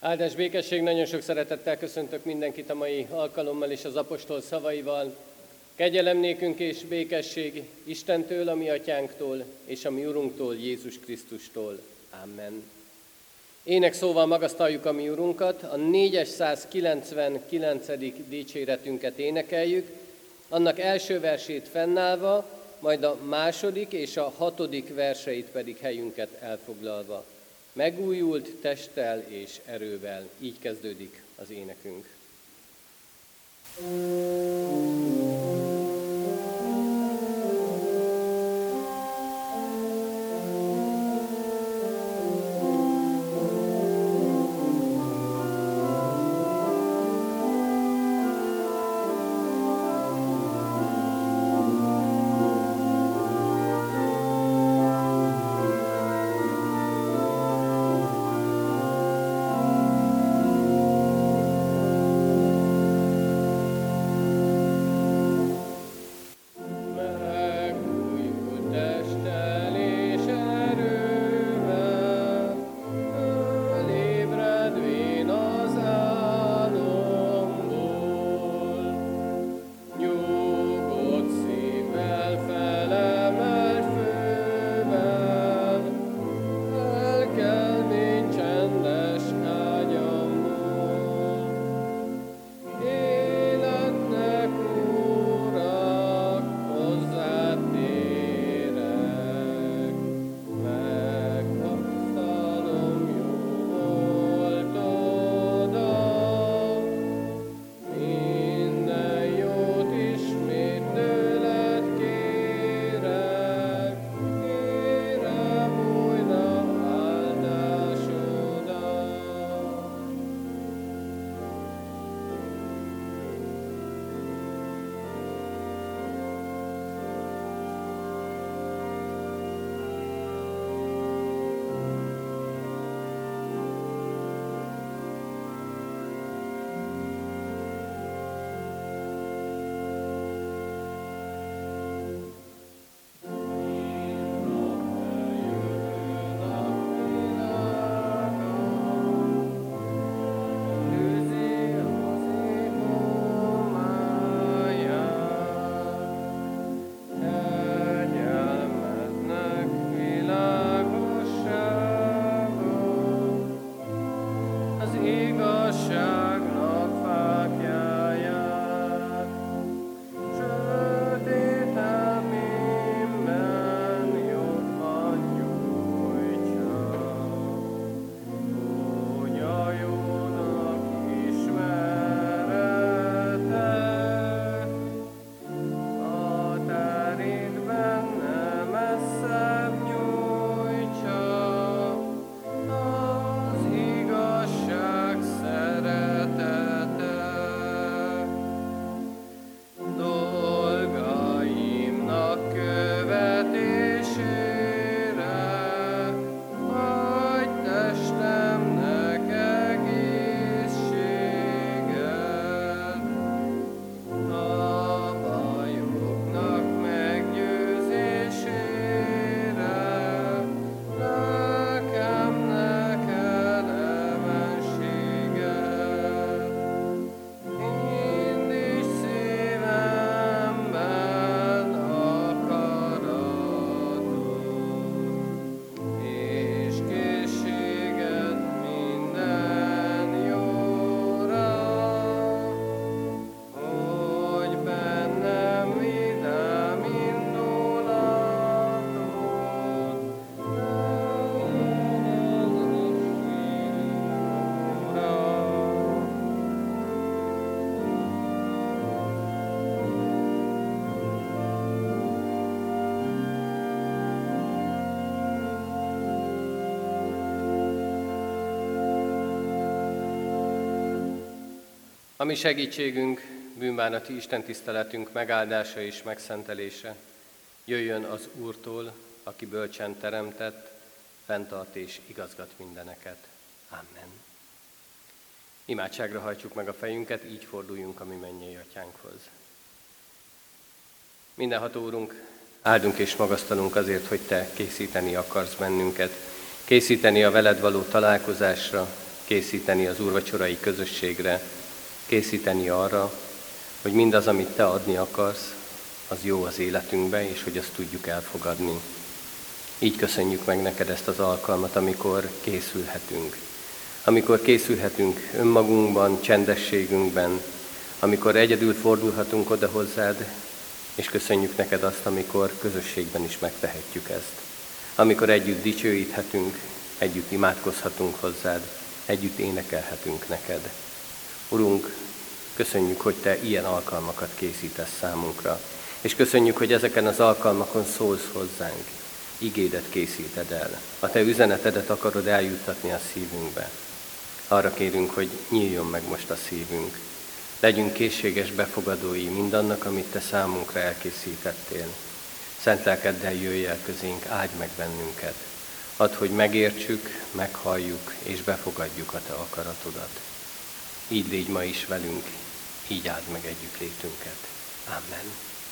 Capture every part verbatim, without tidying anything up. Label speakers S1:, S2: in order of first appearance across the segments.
S1: Áldás békesség, nagyon sok szeretettel köszöntök mindenkit a mai alkalommal és az apostol szavaival. Kegyelem nékünk és békesség Istentől, a mi atyánktól, és a mi Urunktól, Jézus Krisztustól. Amen. Ének szóval magasztaljuk a mi Urunkat, a négyszázkilencvenkilencedik dicséretünket énekeljük, annak első versét fennállva, majd a második és a hatodik verseit pedig helyünket elfoglalva. Megújult testtel és erővel. Így kezdődik az énekünk. A mi segítségünk, bűnbánati istentiszteletünk megáldása és megszentelése jöjjön az Úrtól, aki bölcsen teremtett, fenntart és igazgat mindeneket. Amen. Imádságra hajtsuk meg a fejünket, így forduljunk a mi mennyei atyánkhoz. Mindenható Úrunk, áldunk és magasztalunk azért, hogy Te készíteni akarsz bennünket, készíteni a veled való találkozásra, készíteni az úrvacsorai közösségre, készíteni arra, hogy mindaz, amit Te adni akarsz, az jó az életünkbe, és hogy azt tudjuk elfogadni. Így köszönjük meg neked ezt az alkalmat, amikor készülhetünk. Amikor készülhetünk önmagunkban, csendességünkben, amikor egyedül fordulhatunk oda hozzád, és köszönjük neked azt, amikor közösségben is megtehetjük ezt. Amikor együtt dicsőíthetünk, együtt imádkozhatunk hozzád, együtt énekelhetünk neked. Urunk, köszönjük, hogy Te ilyen alkalmakat készítesz számunkra, és köszönjük, hogy ezeken az alkalmakon szólsz hozzánk, igédet készíted el, a Te üzenetedet akarod eljuttatni a szívünkbe. Arra kérünk, hogy nyíljon meg most a szívünk, legyünk készséges befogadói mindannak, amit Te számunkra elkészítettél. Szent lelkeddel jöjj el közénk, áldj meg bennünket. Add, hogy megértsük, meghalljuk és befogadjuk a Te akaratodat. Így légy ma is velünk, így áld meg együttlétünket. Amen.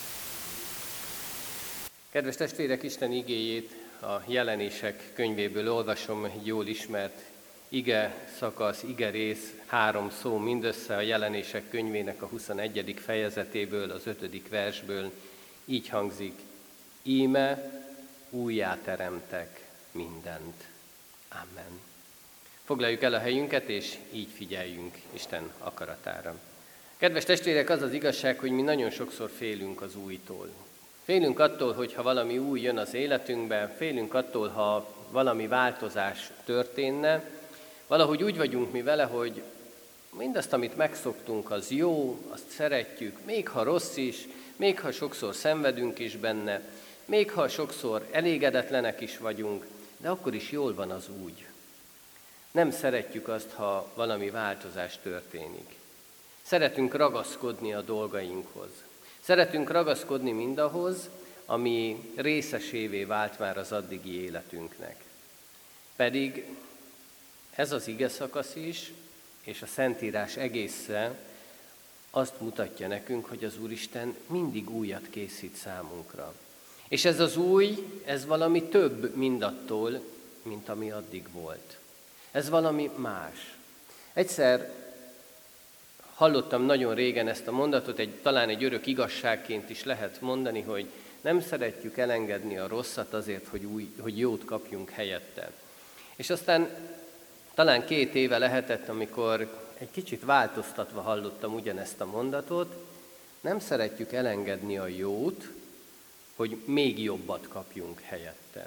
S1: Kedves testvérek, Isten igéjét a Jelenések könyvéből olvasom, egy jól ismert ige szakasz, ige rész, három szó mindössze a Jelenések könyvének a huszonegyedik fejezetéből, az ötödik versből. Így hangzik: íme újjáteremtek mindent. Amen. Foglaljuk el a helyünket, és így figyeljünk Isten akaratára. Kedves testvérek, az az igazság, hogy mi nagyon sokszor félünk az újtól. Félünk attól, hogyha valami új jön az életünkbe, félünk attól, ha valami változás történne. Valahogy úgy vagyunk mi vele, hogy mindazt, amit megszoktunk, az jó, azt szeretjük, még ha rossz is, még ha sokszor szenvedünk is benne, még ha sokszor elégedetlenek is vagyunk, de akkor is jól van az úgy. Nem szeretjük azt, ha valami változás történik. Szeretünk ragaszkodni a dolgainkhoz. Szeretünk ragaszkodni mindahhoz, ami részesévé vált már az addigi életünknek. Pedig ez az ige szakasz is, és a Szentírás egésze azt mutatja nekünk, hogy az Úristen mindig újat készít számunkra. És ez az új, ez valami több mindattól, mint ami addig volt. Ez valami más. Egyszer hallottam nagyon régen ezt a mondatot, egy, talán egy örök igazságként is lehet mondani, hogy nem szeretjük elengedni a rosszat azért, hogy, új, hogy jót kapjunk helyette. És aztán talán két éve lehetett, amikor egy kicsit változtatva hallottam ugyanezt a mondatot, nem szeretjük elengedni a jót, hogy még jobbat kapjunk helyette.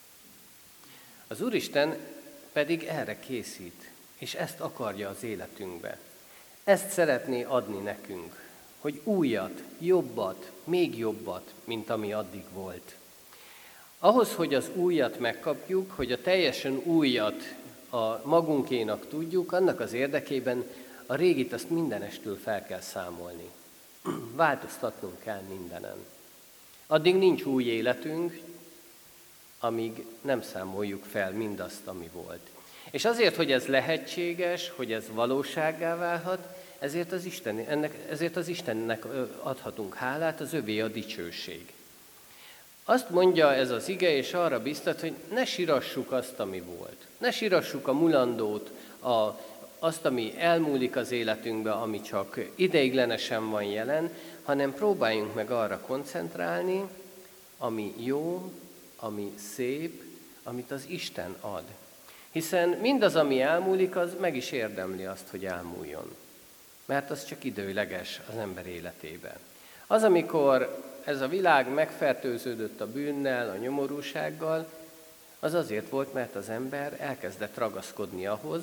S1: Az Úristen pedig erre készít, és ezt akarja az életünkbe. Ezt szeretné adni nekünk, hogy újat, jobbat, még jobbat, mint ami addig volt. Ahhoz, hogy az újat megkapjuk, hogy a teljesen újat a magunkénak tudjuk, annak az érdekében a régit azt mindenestől fel kell számolni. Változtatnunk kell mindenen. Addig nincs új életünk, amíg nem számoljuk fel mindazt, ami volt. És azért, hogy ez lehetséges, hogy ez valósággá válhat, ezért az, Isten, ennek, ezért az Istennek adhatunk hálát, az övé a dicsőség. Azt mondja ez az ige, és arra biztat, hogy ne sirassuk azt, ami volt. Ne sirassuk a mulandót, a, azt, ami elmúlik az életünkbe, ami csak ideiglenesen van jelen, hanem próbáljunk meg arra koncentrálni, ami jó, ami szép, amit az Isten ad. Hiszen mindaz, ami elmúlik, az meg is érdemli azt, hogy elmúljon. Mert az csak időleges az ember életében. Az, amikor ez a világ megfertőződött a bűnnel, a nyomorúsággal, az azért volt, mert az ember elkezdett ragaszkodni ahhoz,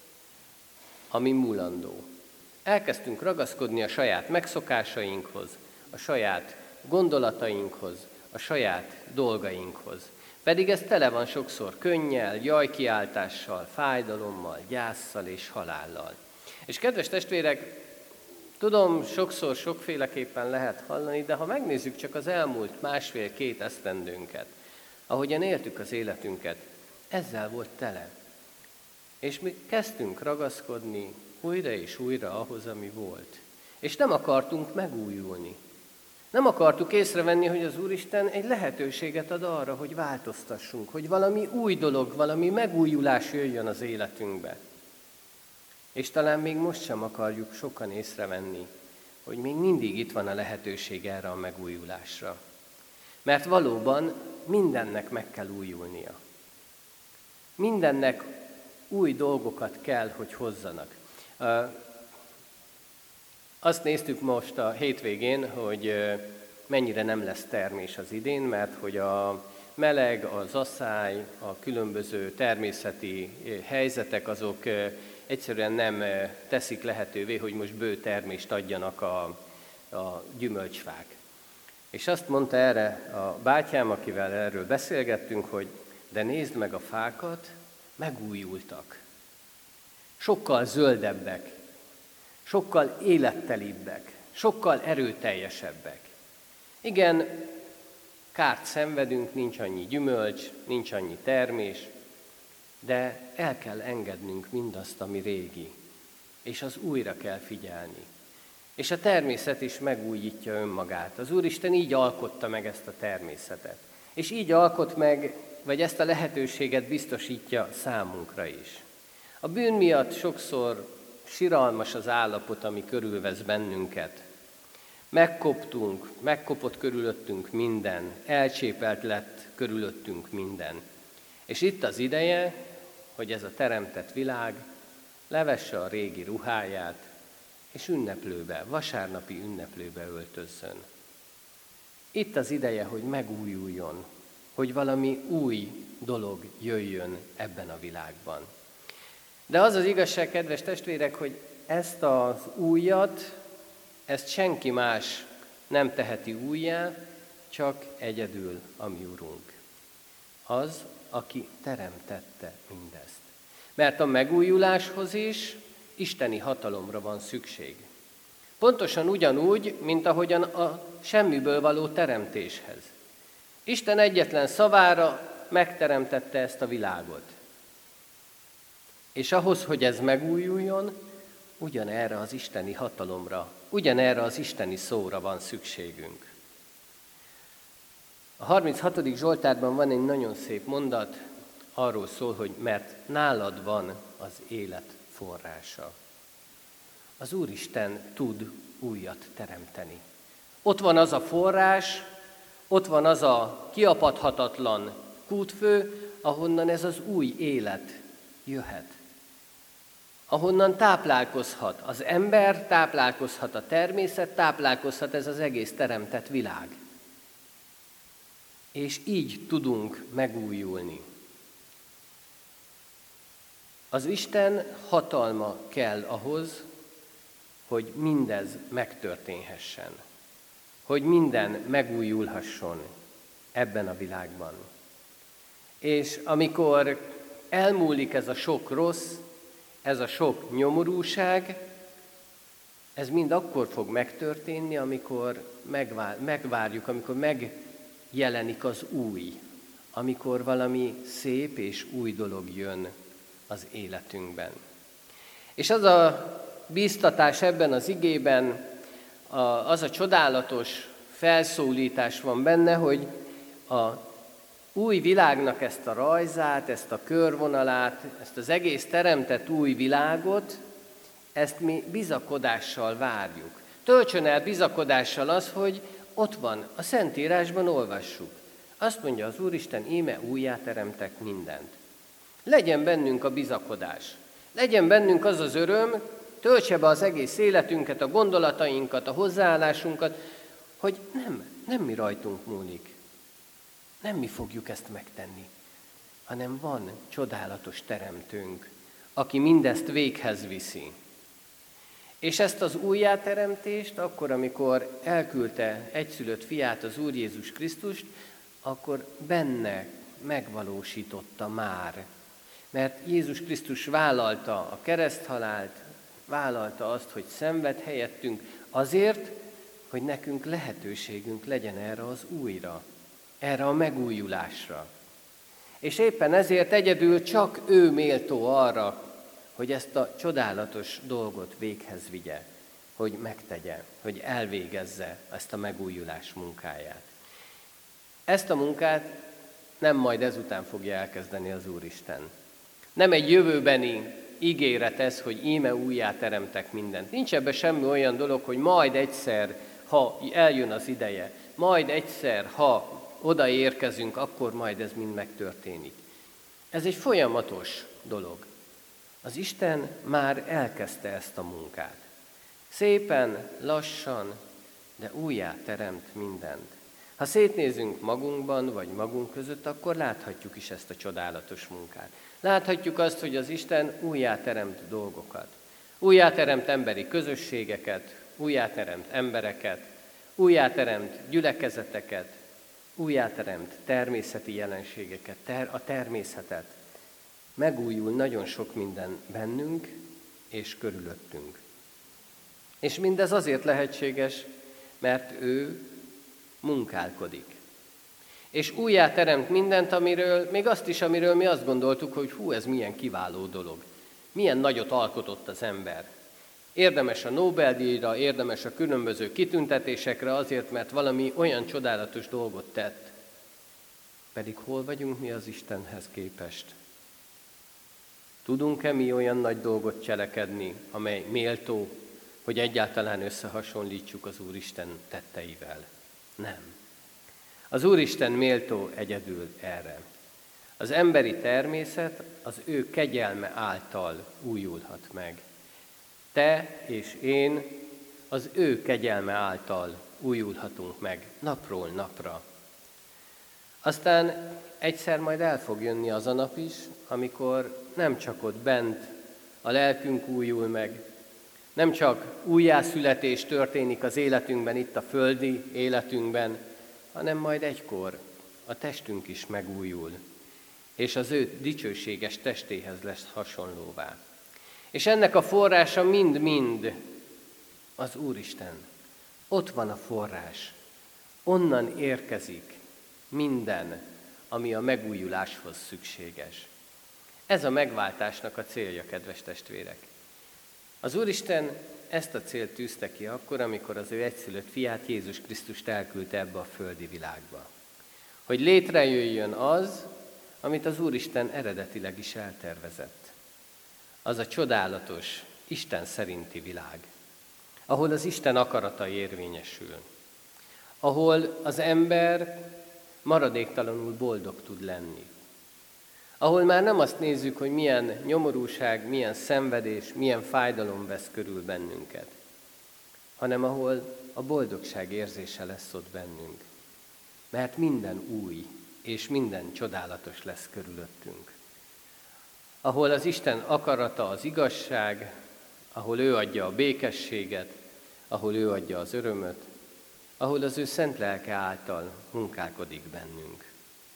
S1: ami mulandó. Elkezdtünk ragaszkodni a saját megszokásainkhoz, a saját gondolatainkhoz, a saját dolgainkhoz. Pedig ez tele van sokszor könnyel, jajkiáltással, fájdalommal, gyásszal és halállal. És kedves testvérek, tudom, sokszor sokféleképpen lehet hallani, de ha megnézzük csak az elmúlt másfél-két esztendőnket, ahogyan éltük az életünket, ezzel volt tele. És mi kezdtünk ragaszkodni újra és újra ahhoz, ami volt. És nem akartunk megújulni. Nem akartuk észrevenni, hogy az Úristen egy lehetőséget ad arra, hogy változtassunk, hogy valami új dolog, valami megújulás jöjjön az életünkbe. És talán még most sem akarjuk sokan észrevenni, hogy még mindig itt van a lehetőség erre a megújulásra. Mert valóban mindennek meg kell újulnia. Mindennek új dolgokat kell, hogy hozzanak. Azt néztük most a hétvégén, hogy mennyire nem lesz termés az idén, mert hogy a meleg, az asszály, a különböző természeti helyzetek, azok egyszerűen nem teszik lehetővé, hogy most bő termést adjanak a, a gyümölcsfák. És azt mondta erre a bátyám, akivel erről beszélgettünk, hogy de nézd meg a fákat, megújultak. Sokkal zöldebbek, sokkal élettelibbek, sokkal erőteljesebbek. Igen, kárt szenvedünk, nincs annyi gyümölcs, nincs annyi termés, de el kell engednünk mindazt, ami régi, és az újra kell figyelni. És a természet is megújítja önmagát. Az Úristen így alkotta meg ezt a természetet. És így alkot meg, vagy ezt a lehetőséget biztosítja számunkra is. A bűn miatt sokszor siralmas az állapot, ami körülvesz bennünket. Megkoptunk, megkopott körülöttünk minden, elcsépelt lett körülöttünk minden. És itt az ideje, hogy ez a teremtett világ levesse a régi ruháját, és ünneplőbe, vasárnapi ünneplőbe öltözzön. Itt az ideje, hogy megújuljon, hogy valami új dolog jöjjön ebben a világban. De az az igazság, kedves testvérek, hogy ezt az újat, ezt senki más nem teheti újjá, csak egyedül a mi Urunk. Az, aki teremtette mindezt. Mert a megújuláshoz is isteni hatalomra van szükség. Pontosan ugyanúgy, mint ahogyan a semmiből való teremtéshez. Isten egyetlen szavára megteremtette ezt a világot. És ahhoz, hogy ez megújuljon, ugyanerre az isteni hatalomra, ugyanerre az isteni szóra van szükségünk. A harminchatodik Zsoltárban van egy nagyon szép mondat, arról szól, hogy mert nálad van az élet forrása. Az Úristen tud újat teremteni. Ott van az a forrás, ott van az a kiapadhatatlan kútfő, ahonnan ez az új élet jöhet. Ahonnan táplálkozhat az ember, táplálkozhat a természet, táplálkozhat ez az egész teremtett világ. És így tudunk megújulni. Az Isten hatalma kell ahhoz, hogy mindez megtörténhessen, hogy minden megújulhasson ebben a világban. És amikor elmúlik ez a sok rossz, ez a sok nyomorúság, ez mind akkor fog megtörténni, amikor megvár, megvárjuk, amikor megjelenik az új, amikor valami szép és új dolog jön az életünkben. És az a bíztatás ebben az igében, az a csodálatos felszólítás van benne, hogy a új világnak ezt a rajzát, ezt a körvonalát, ezt az egész teremtett új világot, ezt mi bizakodással várjuk. Töltsön el bizakodással az, hogy ott van, a Szentírásban olvassuk. Azt mondja az Úristen, íme újjá teremtek mindent. Legyen bennünk a bizakodás, legyen bennünk az az öröm, töltse be az egész életünket, a gondolatainkat, a hozzáállásunkat, hogy nem, nem mi rajtunk múlik. Nem mi fogjuk ezt megtenni, hanem van csodálatos teremtőnk, aki mindezt véghez viszi. És ezt az újjáteremtést akkor, amikor elküldte egyszülött fiát, az Úr Jézus Krisztust, akkor benne megvalósította már. Mert Jézus Krisztus vállalta a kereszthalált, vállalta azt, hogy szenved helyettünk, azért, hogy nekünk lehetőségünk legyen erre az újra, erre a megújulásra. És éppen ezért egyedül csak ő méltó arra, hogy ezt a csodálatos dolgot véghez vigye, hogy megtegye, hogy elvégezze ezt a megújulás munkáját. Ezt a munkát nem majd ezután fogja elkezdeni az Úristen. Nem egy jövőbeni ígéret ez, hogy íme újjá teremtek mindent. Nincs ebben semmi olyan dolog, hogy majd egyszer, ha eljön az ideje, majd egyszer, ha odaérkezünk, akkor majd ez mind megtörténik. Ez egy folyamatos dolog. Az Isten már elkezdte ezt a munkát. Szépen, lassan, de újjá teremt mindent. Ha szétnézünk magunkban, vagy magunk között, akkor láthatjuk is ezt a csodálatos munkát. Láthatjuk azt, hogy az Isten újjáteremt dolgokat. Újjáteremt emberi közösségeket, újjáteremt embereket, újjáteremt gyülekezeteket, újjáteremt természeti jelenségeket, ter- a természetet. Megújul nagyon sok minden bennünk és körülöttünk. És mindez azért lehetséges, mert ő munkálkodik. És újjáteremt mindent, amiről, még azt is, amiről mi azt gondoltuk, hogy hú, ez milyen kiváló dolog. Milyen nagyot alkotott az ember. Érdemes a Nobel-díjra, érdemes a különböző kitüntetésekre azért, mert valami olyan csodálatos dolgot tett. Pedig hol vagyunk mi az Istenhez képest? Tudunk-e mi olyan nagy dolgot cselekedni, amely méltó, hogy egyáltalán összehasonlítsuk az Úristen tetteivel? Nem. Az Úristen méltó egyedül erre. Az emberi természet az ő kegyelme által újulhat meg. Te és én az ő kegyelme által újulhatunk meg napról napra. Aztán egyszer majd el fog jönni az a nap is, amikor nem csak ott bent a lelkünk újul meg, nem csak újjászületés történik az életünkben, itt a földi életünkben, hanem majd egykor a testünk is megújul, és az ő dicsőséges testéhez lesz hasonlóvá. És ennek a forrása mind-mind az Úristen. Ott van a forrás. Onnan érkezik minden, ami a megújuláshoz szükséges. Ez a megváltásnak a célja, kedves testvérek. Az Úristen ezt a célt tűzte ki akkor, amikor az ő egyszülött fiát, Jézus Krisztust elküldte ebbe a földi világba. Hogy létrejöjjön az, amit az Úristen eredetileg is eltervezett. Az a csodálatos, Isten szerinti világ, ahol az Isten akarata érvényesül, ahol az ember maradéktalanul boldog tud lenni, ahol már nem azt nézzük, hogy milyen nyomorúság, milyen szenvedés, milyen fájdalom vesz körül bennünket, hanem ahol a boldogság érzése lesz ott bennünk, mert minden új és minden csodálatos lesz körülöttünk. Ahol az Isten akarata az igazság, ahol ő adja a békességet, ahol ő adja az örömöt, ahol az ő szent lelke által munkálkodik bennünk.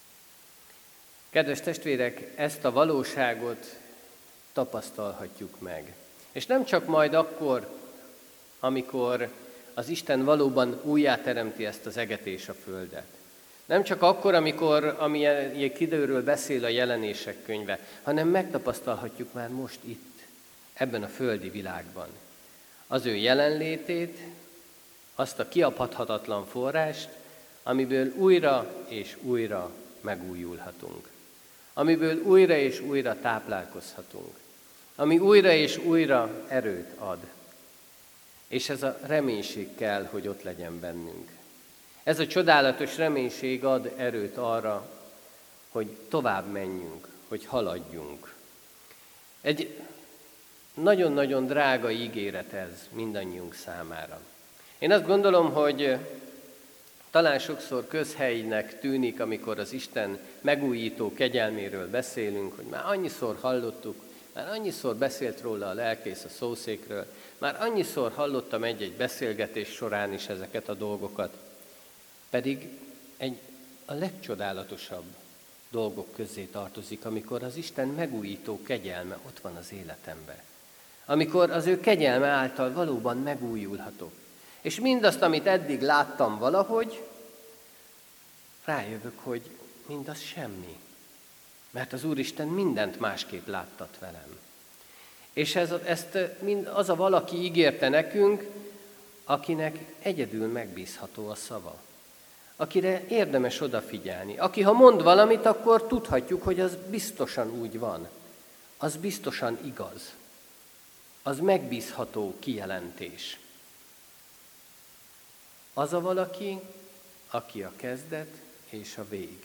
S1: Kedves testvérek, ezt a valóságot tapasztalhatjuk meg. És nem csak majd akkor, amikor az Isten valóban újjáteremti ezt az eget és a földet. Nem csak akkor, amikor, amilyen időről beszél a Jelenések könyve, hanem megtapasztalhatjuk már most itt, ebben a földi világban. Az ő jelenlétét, azt a kiapadhatatlan forrást, amiből újra és újra megújulhatunk. Amiből újra és újra táplálkozhatunk. Ami újra és újra erőt ad. És ez a reménység kell, hogy ott legyen bennünk. Ez a csodálatos reménység ad erőt arra, hogy tovább menjünk, hogy haladjunk. Egy nagyon-nagyon drága ígéret ez mindannyiunk számára. Én azt gondolom, hogy talán sokszor közhelynek tűnik, amikor az Isten megújító kegyelméről beszélünk, hogy már annyiszor hallottuk, már annyiszor beszélt róla a lelkész a szószékről, már annyiszor hallottam egy-egy beszélgetés során is ezeket a dolgokat. Pedig egy a legcsodálatosabb dolgok közé tartozik, amikor az Isten megújító kegyelme ott van az életemben. Amikor az ő kegyelme által valóban megújulhatok. És mindazt, amit eddig láttam valahogy, rájövök, hogy mindaz semmi. Mert az Úristen mindent másképp láttat velem. És ez, ezt mind az a valaki ígérte nekünk, akinek egyedül megbízható a szava. Akire érdemes odafigyelni. Aki, ha mond valamit, akkor tudhatjuk, hogy az biztosan úgy van. az biztosan igaz. Az megbízható kijelentés. Az a valaki, aki a kezdet és a vég.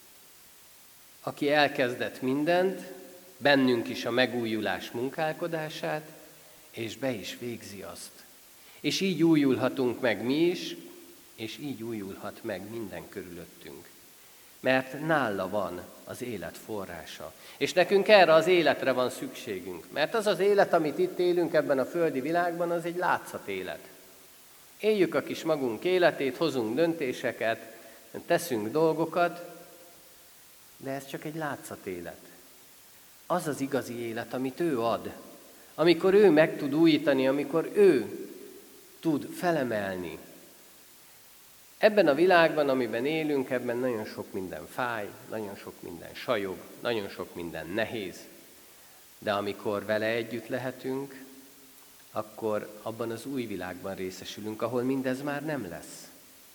S1: Aki elkezdett mindent, bennünk is a megújulás munkálkodását, és be is végzi azt. És így újulhatunk meg mi is, és így újulhat meg minden körülöttünk. Mert nála van az élet forrása. És nekünk erre az életre van szükségünk. Mert az az élet, amit itt élünk ebben a földi világban, az egy látszat élet. Éljük a kis magunk életét, hozunk döntéseket, teszünk dolgokat, de ez csak egy látszat élet. Az az igazi élet, amit ő ad. Amikor ő meg tud újítani, amikor ő tud felemelni. Ebben a világban, amiben élünk, ebben nagyon sok minden fáj, nagyon sok minden sajog, nagyon sok minden nehéz. De amikor vele együtt lehetünk, akkor abban az új világban részesülünk, ahol mindez már nem lesz.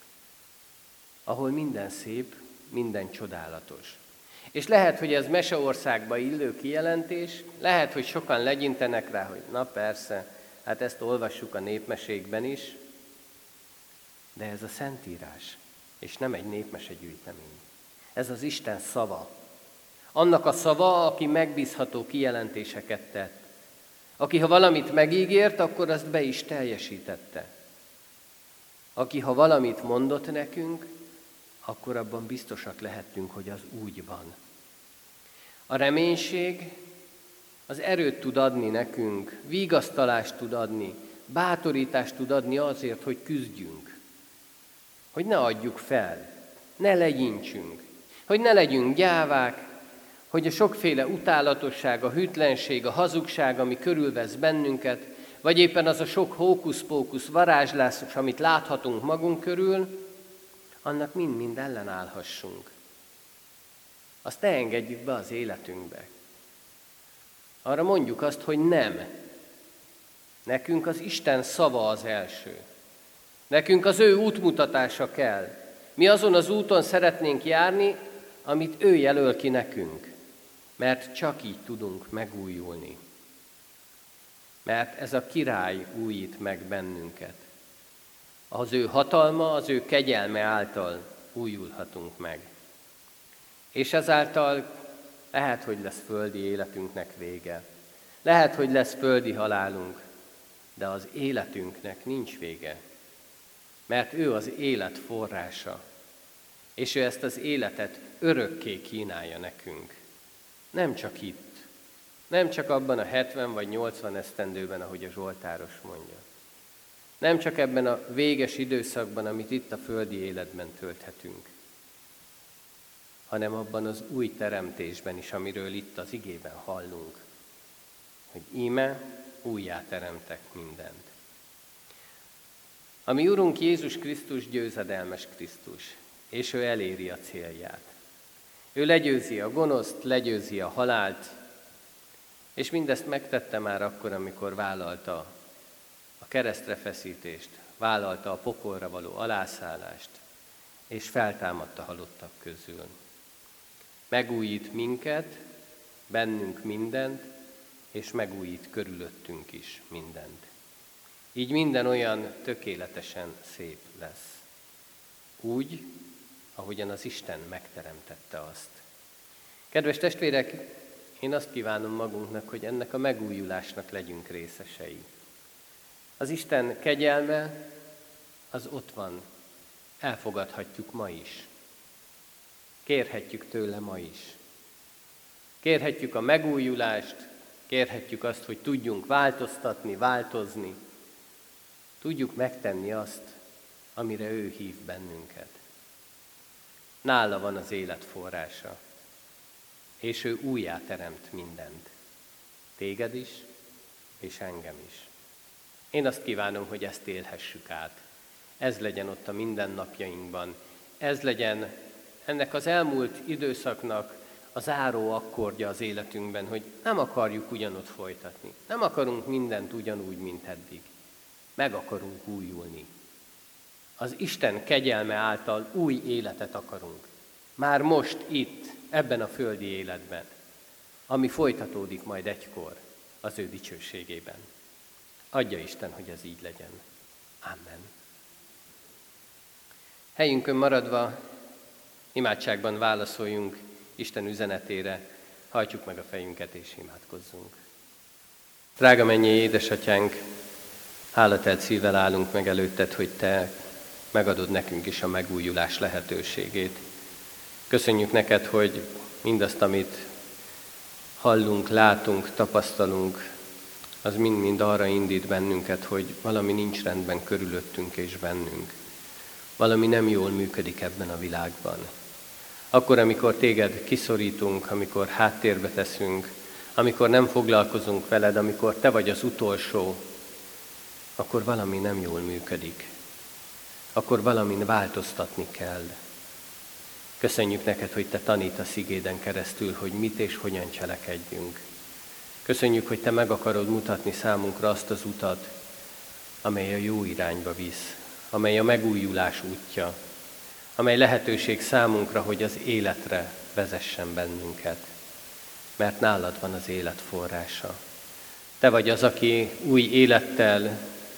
S1: Ahol minden szép, minden csodálatos. És lehet, hogy ez Meseországba illő kijelentés, lehet, hogy sokan legyintenek rá, hogy na persze, hát ezt olvassuk a népmesékben is, de ez a Szentírás, és nem egy népmesegyűjtemény. Ez az Isten szava. Annak a szava, aki megbízható kijelentéseket tett. Aki, ha valamit megígért, akkor azt be is teljesítette. Aki, ha valamit mondott nekünk, akkor abban biztosak lehettünk, hogy az úgy van. A reménység az erőt tud adni nekünk, vigasztalást tud adni, bátorítást tud adni azért, hogy küzdjünk. Hogy ne adjuk fel, ne legyintsünk, hogy ne legyünk gyávák, hogy a sokféle utálatosság, a hűtlenség, a hazugság, ami körülvesz bennünket, vagy éppen az a sok hókusz-pókusz varázslás, amit láthatunk magunk körül, annak mind-mind ellenállhassunk. Azt ne engedjük be az életünkbe. Arra mondjuk azt, hogy nem. Nekünk az Isten szava az első. Nekünk az ő útmutatása kell. Mi azon az úton szeretnénk járni, amit ő jelöl ki nekünk. Mert csak így tudunk megújulni. Mert ez a király újít meg bennünket. Az ő hatalma, az ő kegyelme által újulhatunk meg. És ezáltal lehet, hogy lesz földi életünknek vége. Lehet, hogy lesz földi halálunk, de az életünknek nincs vége. Mert ő az élet forrása, és ő ezt az életet örökké kínálja nekünk. Nem csak itt, nem csak abban a hetven vagy nyolcvan esztendőben, ahogy a Zsoltáros mondja. Nem csak ebben a véges időszakban, amit itt a földi életben tölthetünk, hanem abban az új teremtésben is, amiről itt az igében hallunk, hogy íme újjá teremtek mindent. A mi Urunk Jézus Krisztus győzedelmes Krisztus, és ő eléri a célját. Ő legyőzi a gonoszt, legyőzi a halált, és mindezt megtette már akkor, amikor vállalta a keresztre feszítést, vállalta a pokolra való alászállást, és feltámadta halottak közül. Megújít minket, bennünk mindent, és megújít körülöttünk is mindent. Így minden olyan tökéletesen szép lesz. Úgy, ahogyan az Isten megteremtette azt. Kedves testvérek, én azt kívánom magunknak, hogy ennek a megújulásnak legyünk részesei. Az Isten kegyelme, az ott van. Elfogadhatjuk ma is. Kérhetjük tőle ma is. Kérhetjük a megújulást, kérhetjük azt, hogy tudjunk változtatni, változni. Tudjuk megtenni azt, amire ő hív bennünket. Nála van az élet forrása, és ő újjá teremt mindent. Téged is, és engem is. Én azt kívánom, hogy ezt élhessük át. Ez legyen ott a mindennapjainkban. Ez legyen ennek az elmúlt időszaknak a záró akkordja az életünkben, hogy nem akarjuk ugyanott folytatni. Nem akarunk mindent ugyanúgy, mint eddig. Meg akarunk újulni. Az Isten kegyelme által új életet akarunk. Már most itt, ebben a földi életben. ami folytatódik majd egykor az ő dicsőségében. Adja Isten, hogy ez így legyen. Amen. Helyünkön maradva, imádságban válaszoljunk Isten üzenetére, hajtsuk meg a fejünket és imádkozzunk. Drága mennyei édesatyánk, hálatelt szívvel állunk meg előtted, hogy te megadod nekünk is a megújulás lehetőségét. Köszönjük neked, hogy mindazt, amit hallunk, látunk, tapasztalunk, az mind-mind arra indít bennünket, hogy valami nincs rendben körülöttünk és bennünk. Valami nem jól működik ebben a világban. Akkor, amikor téged kiszorítunk, amikor háttérbe teszünk, amikor nem foglalkozunk veled, amikor te vagy az utolsó, akkor valami nem jól működik. Akkor valamin változtatni kell. Köszönjük neked, hogy te tanítasz igéden keresztül, hogy mit és hogyan cselekedjünk. Köszönjük, hogy te meg akarod mutatni számunkra azt az utat, amely a jó irányba visz, amely a megújulás útja, amely lehetőség számunkra, hogy az életre vezessen bennünket. Mert nálad van az élet forrása. Te vagy az, aki új élettel,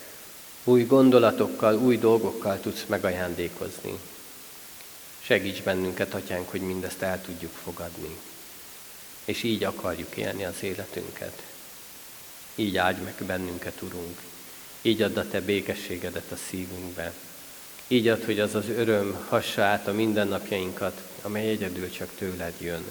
S1: új gondolatokkal, új dolgokkal tudsz megajándékozni. Segíts bennünket, Atyánk, hogy mindezt el tudjuk fogadni. És így akarjuk élni az életünket. Így áldj meg bennünket, Urunk. Így add a te békességedet a szívünkbe. Így add, hogy az az öröm hassa át a mindennapjainkat, amely egyedül csak tőled jön.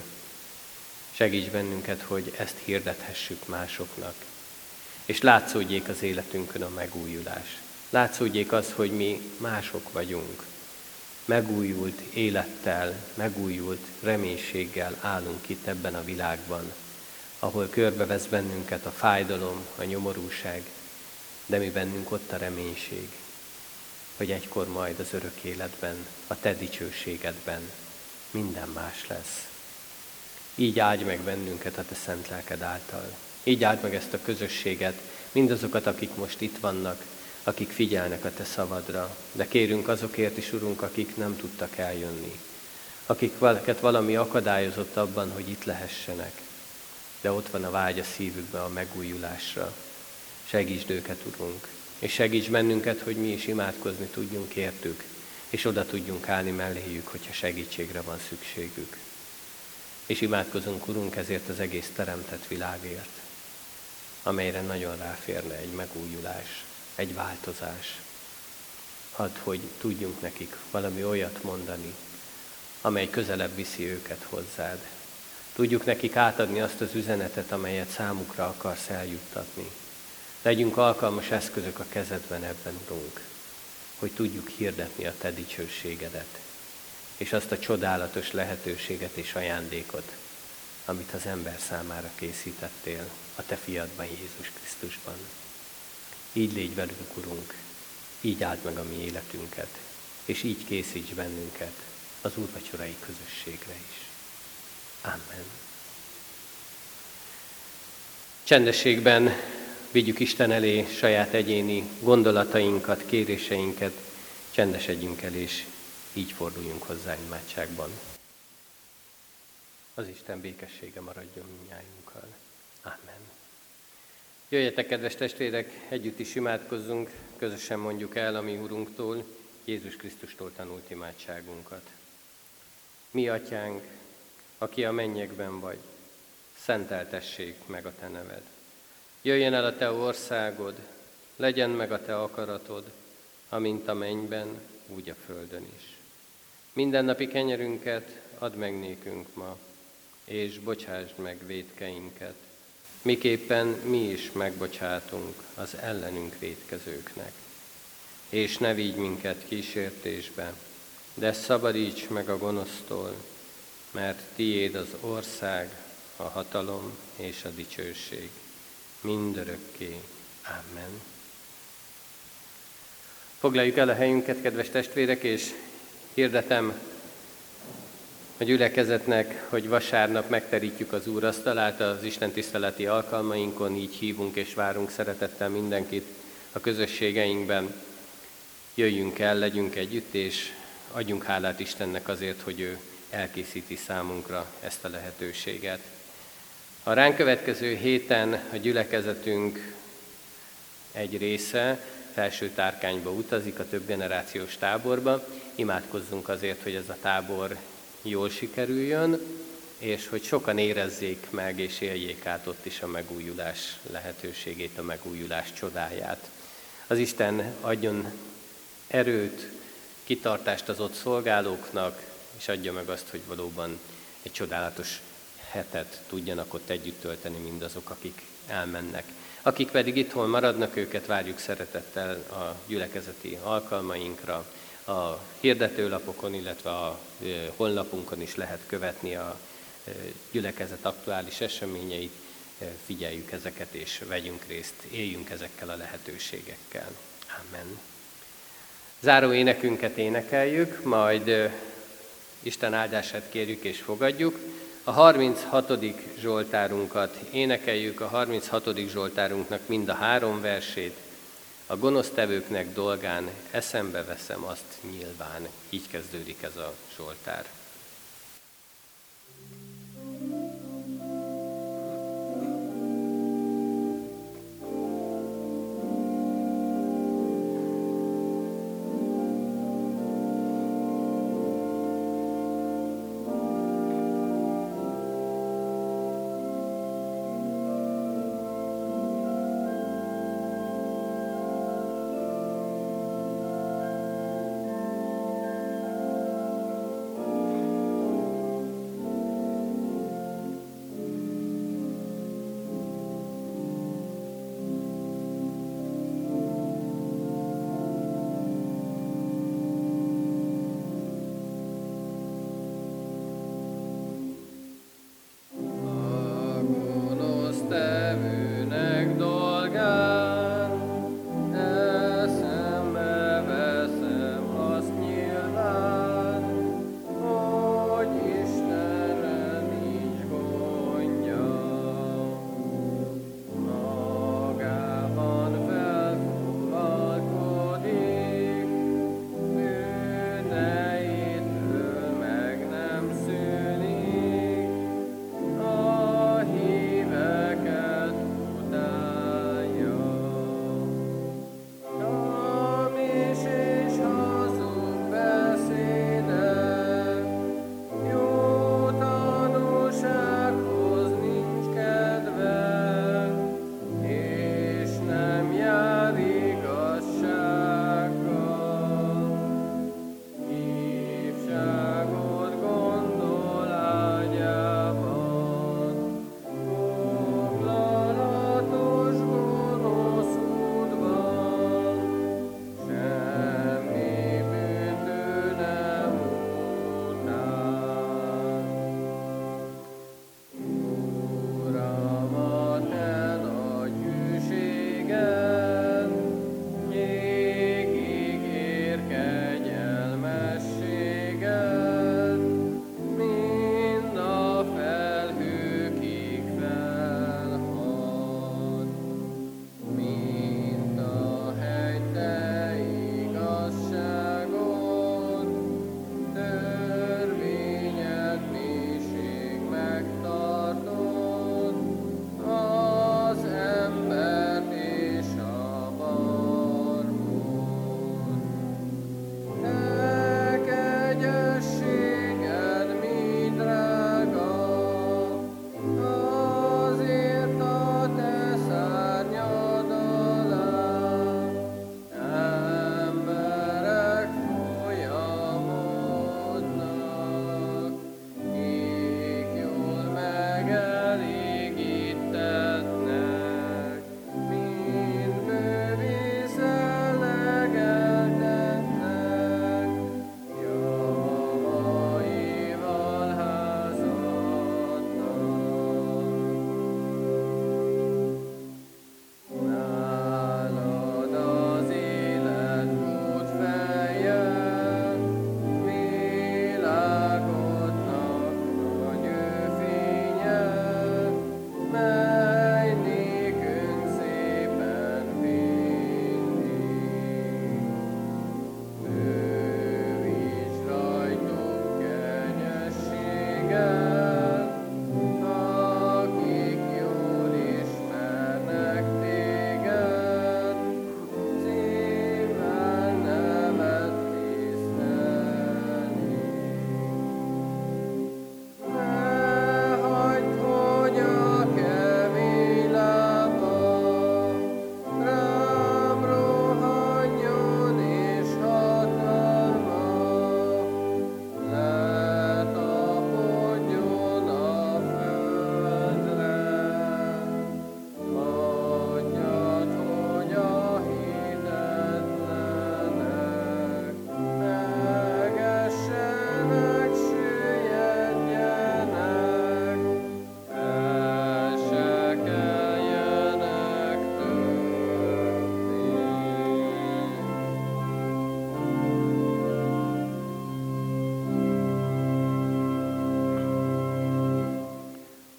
S1: Segíts bennünket, hogy ezt hirdethessük másoknak. És látszódjék az életünkön a megújulás. Látszódjék az, hogy mi mások vagyunk. Megújult élettel, megújult reménységgel állunk itt ebben a világban, ahol körbevesz bennünket a fájdalom, a nyomorúság, de mi bennünk ott a reménység, hogy egykor majd az örök életben, a te dicsőségedben minden más lesz. Így áldj meg bennünket a te szent lelked által. Így áld meg ezt a közösséget, mindazokat, akik most itt vannak, akik figyelnek a te szavadra, de kérünk azokért is, Urunk, akik nem tudtak eljönni, akik valaket valami akadályozott abban, hogy itt lehessenek, de ott van a vágy a szívükben a megújulásra. Segítsd őket, Urunk, és segíts bennünket, hogy mi is imádkozni tudjunk értük, és oda tudjunk állni melléjük, hogyha segítségre van szükségük. És imádkozunk, Urunk, ezért az egész teremtett világért, amelyre nagyon ráférne egy megújulás, egy változás. Hadd, hogy tudjunk nekik valami olyat mondani, amely közelebb viszi őket hozzád. Tudjuk nekik átadni azt az üzenetet, amelyet számukra akarsz eljuttatni. Legyünk alkalmas eszközök a kezedben ebben, Urunk, hogy tudjuk hirdetni a te dicsőségedet, és azt a csodálatos lehetőséget és ajándékot, amit az ember számára készítettél a te fiadban, Jézus Krisztusban. Így légy velünk, Urunk, így áld meg a mi életünket, és így készíts bennünket az úrvacsorai közösségre is. Amen. Csendességben vigyük Isten elé saját egyéni gondolatainkat, kéréseinket, csendesedjünk el, és így forduljunk hozzá imádságban. Az Isten békessége maradjon mindnyájunkkal. Amen. Jöjjetek, kedves testvérek, együtt is imádkozzunk, közösen mondjuk el a mi Urunktól, Jézus Krisztustól tanult imádságunkat. Mi Atyánk, aki a mennyekben vagy, szenteltessék meg a te neved. Jöjjön el a te országod, legyen meg a te akaratod, amint a mennyben, úgy a földön is. Mindennapi kenyerünket add meg nékünk ma, és bocsásd meg vétkeinket, miképpen mi is megbocsátunk az ellenünk vétkezőknek. És ne vigy minket kísértésbe, de szabadíts meg a gonosztól, mert tiéd az ország, a hatalom és a dicsőség, mindörökké. Amen. Foglaljuk el a helyünket, kedves testvérek, és hirdetem a gyülekezetnek, hogy vasárnap megterítjük az úrasztalát az istentiszteleti alkalmainkon, így hívunk és várunk szeretettel mindenkit a közösségeinkben. Jöjjünk el, legyünk együtt, és adjunk hálát Istennek azért, hogy ő elkészíti számunkra ezt a lehetőséget. A ránk következő héten a gyülekezetünk egy része Felső Tárkányba utazik, a többgenerációs táborba. Imádkozzunk azért, hogy ez a tábor jól sikerüljön, és hogy sokan érezzék meg és éljék át ott is a megújulás lehetőségét, a megújulás csodáját. Az Isten adjon erőt, kitartást az ott szolgálóknak, és adja meg azt, hogy valóban egy csodálatos hetet tudjanak ott együtt tölteni mindazok, akik elmennek. Akik pedig itthon maradnak, őket várjuk szeretettel a gyülekezeti alkalmainkra. A hirdetőlapokon, illetve a honlapunkon is lehet követni a gyülekezet aktuális eseményeit. Figyeljük ezeket és vegyünk részt, éljünk ezekkel a lehetőségekkel. Amen. Záró énekünket énekeljük, majd Isten áldását kérjük és fogadjuk. A harminchatodik Zsoltárunkat énekeljük, a harminchatodik Zsoltárunknak mind a három versét. A gonosztevőknek dolgán eszembe veszem azt nyilván. Így kezdődik ez a Zsoltár.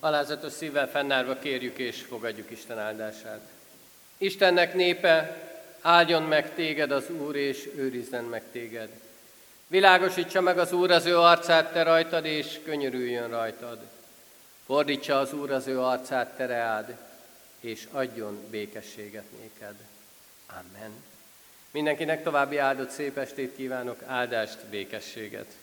S1: Alázatos szívvel fennállva kérjük és fogadjuk Isten áldását. Istennek népe, áldjon meg téged az Úr, és őrizzen meg téged. Világosítsa meg az Úr az ő arcát te rajtad, és könyörüljön rajtad. Fordítsa az Úr az ő arcát te reád, és adjon békességet néked. Amen. Mindenkinek további áldott szép estét kívánok, áldást, békességet.